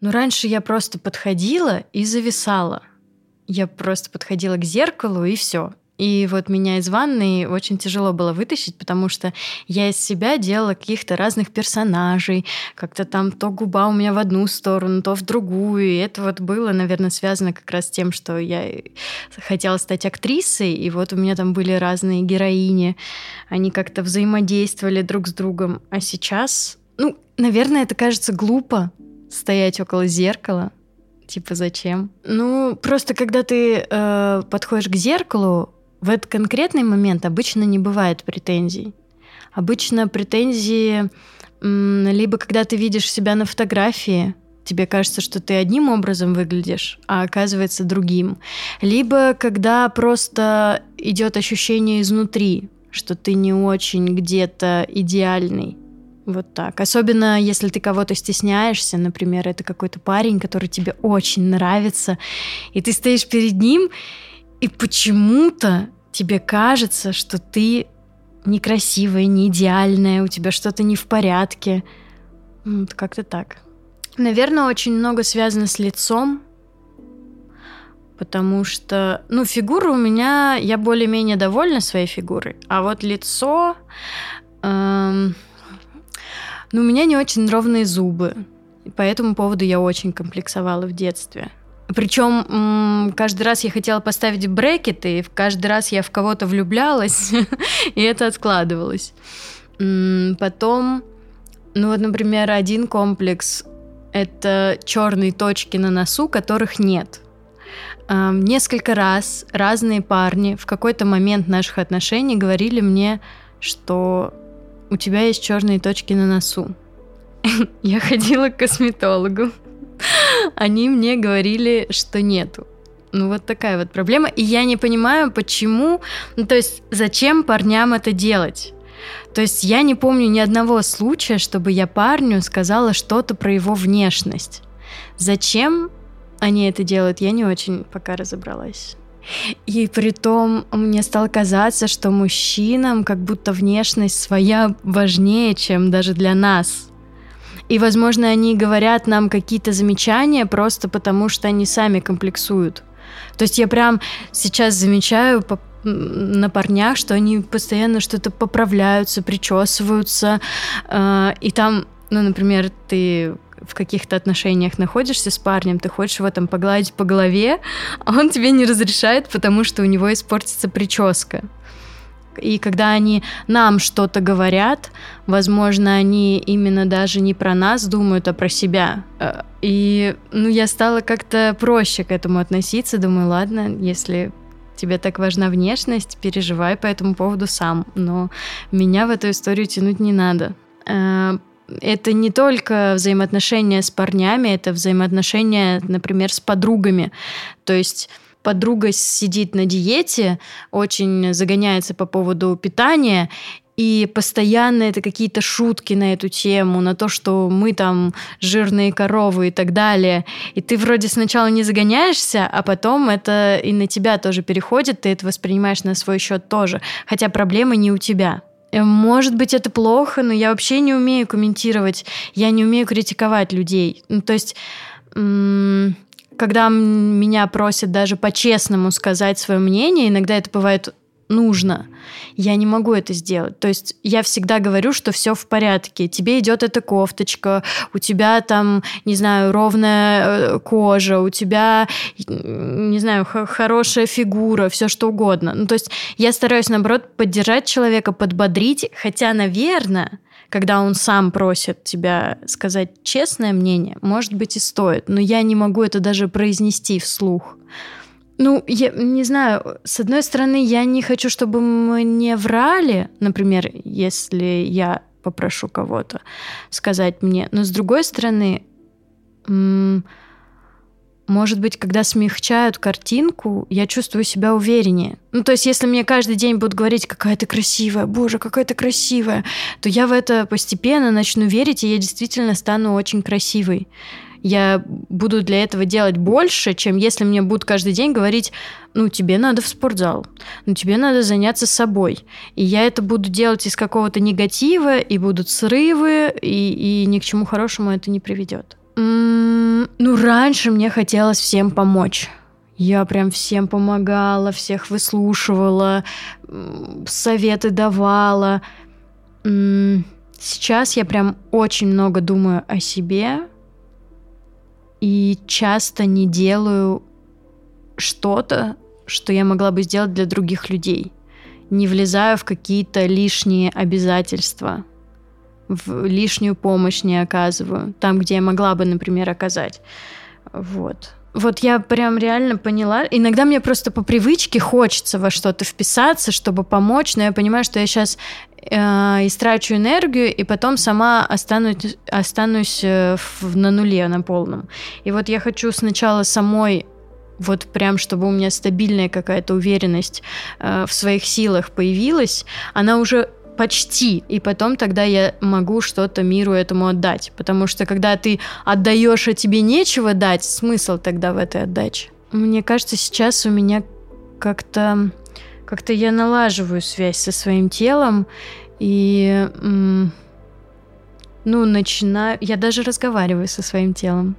Ну, раньше я просто подходила и зависала. Я просто подходила к зеркалу, и все. И вот меня из ванной очень тяжело было вытащить, потому что я из себя делала каких-то разных персонажей. Как-то там то губа у меня в одну сторону, то в другую. И это вот было, наверное, связано как раз с тем, что я хотела стать актрисой, и вот у меня там были разные героини. Они как-то взаимодействовали друг с другом. А сейчас, ну, наверное, это кажется глупо стоять около зеркала. Типа зачем? Ну, просто когда ты подходишь к зеркалу, в этот конкретный момент обычно не бывает претензий. Обычно претензии либо когда ты видишь себя на фотографии, тебе кажется, что ты одним образом выглядишь, а оказывается другим. Либо когда просто идет ощущение изнутри, что ты не очень где-то идеальный. Вот так. Особенно, если ты кого-то стесняешься, например, это какой-то парень, который тебе очень нравится, и ты стоишь перед ним, и почему-то тебе кажется, что ты некрасивая, не идеальная, у тебя что-то не в порядке. Вот как-то так. Наверное, очень много связано с лицом, потому что, ну, фигура у меня, я более-менее довольна своей фигурой, а вот лицо... Ну, у меня не очень ровные зубы. И по этому поводу я очень комплексовала в детстве. Причем каждый раз я хотела поставить брекеты, и каждый раз я в кого-то влюблялась, и это откладывалось. Потом, ну вот, например, один комплекс – это черные точки на носу, которых нет. Несколько раз разные парни в какой-то момент наших отношений говорили мне, что у тебя есть черные точки на носу. Я ходила к косметологу. Они мне говорили, что нету. Ну, вот такая вот проблема. И я не понимаю, почему... Ну, то есть, зачем парням это делать? То есть, я не помню ни одного случая, чтобы я парню сказала что-то про его внешность. Зачем они это делают, я не очень пока разобралась. И притом мне стало казаться, что мужчинам как будто внешность своя важнее, чем даже для нас. И, возможно, они говорят нам какие-то замечания просто потому, что они сами комплексуют. То есть я прям сейчас замечаю на парнях, что они постоянно что-то поправляются, причесываются. И там, ну, например, ты в каких-то отношениях находишься с парнем, ты хочешь его там погладить по голове, а он тебе не разрешает, потому что у него испортится прическа. И когда они нам что-то говорят, возможно, они именно даже не про нас думают, а про себя. И ну, я стала как-то проще к этому относиться. Думаю, ладно, если тебе так важна внешность, переживай по этому поводу сам. Но меня в эту историю тянуть не надо. Это не только взаимоотношения с парнями, это взаимоотношения, например, с подругами. То есть подруга сидит на диете, очень загоняется по поводу питания, и постоянно это какие-то шутки на эту тему, на то, что мы там жирные коровы и так далее. И ты вроде сначала не загоняешься, а потом это и на тебя тоже переходит, ты это воспринимаешь на свой счет тоже, хотя проблемы не у тебя. Может быть, это плохо, но я вообще не умею комментировать, я не умею критиковать людей. Ну, то есть, когда меня просят даже по-честному сказать свое мнение, иногда это бывает нужно, я не могу это сделать. То есть я всегда говорю, что все в порядке. Тебе идет эта кофточка, у тебя там, не знаю, ровная кожа, у тебя, не знаю, хорошая фигура, все что угодно. Ну, то есть я стараюсь, наоборот, поддержать человека, подбодрить, хотя, наверное, когда он сам просит тебя сказать честное мнение, может быть, и стоит, но я не могу это даже произнести вслух. Ну, я не знаю, с одной стороны, я не хочу, чтобы мне врали, например, если я попрошу кого-то сказать мне, но с другой стороны, может быть, когда смягчают картинку, я чувствую себя увереннее. Ну, то есть, если мне каждый день будут говорить, какая ты красивая, боже, какая ты красивая, то я в это постепенно начну верить, и я действительно стану очень красивой. Я буду для этого делать больше, чем если мне будут каждый день говорить, ну, тебе надо в спортзал, ну, тебе надо заняться собой. И я это буду делать из какого-то негатива, и будут срывы, и ни к чему хорошему это не приведет. Ну, раньше мне хотелось всем помочь. Я прям всем помогала, всех выслушивала, советы давала. Сейчас я прям очень много думаю о себе и часто не делаю что-то, что я могла бы сделать для других людей. Не влезаю в какие-то лишние обязательства, в лишнюю помощь не оказываю, там, где я могла бы, например, оказать. Вот я прям реально поняла. Иногда мне просто по привычке хочется во что-то вписаться, чтобы помочь, но я понимаю, что я сейчас истрачу энергию, и потом сама останусь на нуле, на полном. И вот я хочу сначала самой, вот прям, чтобы у меня стабильная какая-то уверенность в своих силах появилась, она уже почти, и потом тогда я могу что-то миру этому отдать. Потому что когда ты отдаешь, а тебе нечего дать, смысл тогда в этой отдаче? Мне кажется, сейчас у меня как-то я налаживаю связь со своим телом, и начинаю... Я даже разговариваю со своим телом.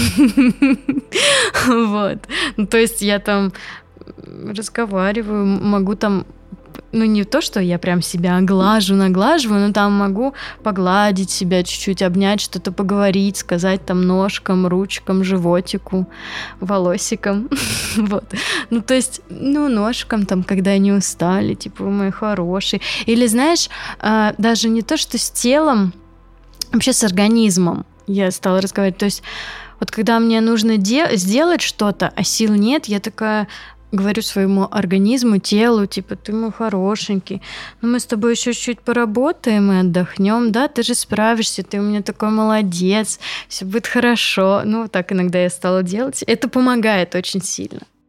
Вот. То есть я там разговариваю, могу там... не то, что я прям себя наглаживаю, но там могу погладить себя чуть-чуть, обнять, что-то поговорить, сказать там ножкам, ручкам, животику, волосикам. Вот. То есть, ножкам там, когда они устали, типа, вы мои хорошие. Или, знаешь, даже не то, что с телом, вообще с организмом я стала разговаривать. То есть, вот когда мне нужно сделать что-то, а сил нет, я такая... Говорю своему организму, телу, типа, ты мой хорошенький, мы с тобой еще чуть-чуть поработаем и отдохнем, да, ты же справишься, ты у меня такой молодец, все будет хорошо. Так иногда я стала делать. Это помогает очень сильно.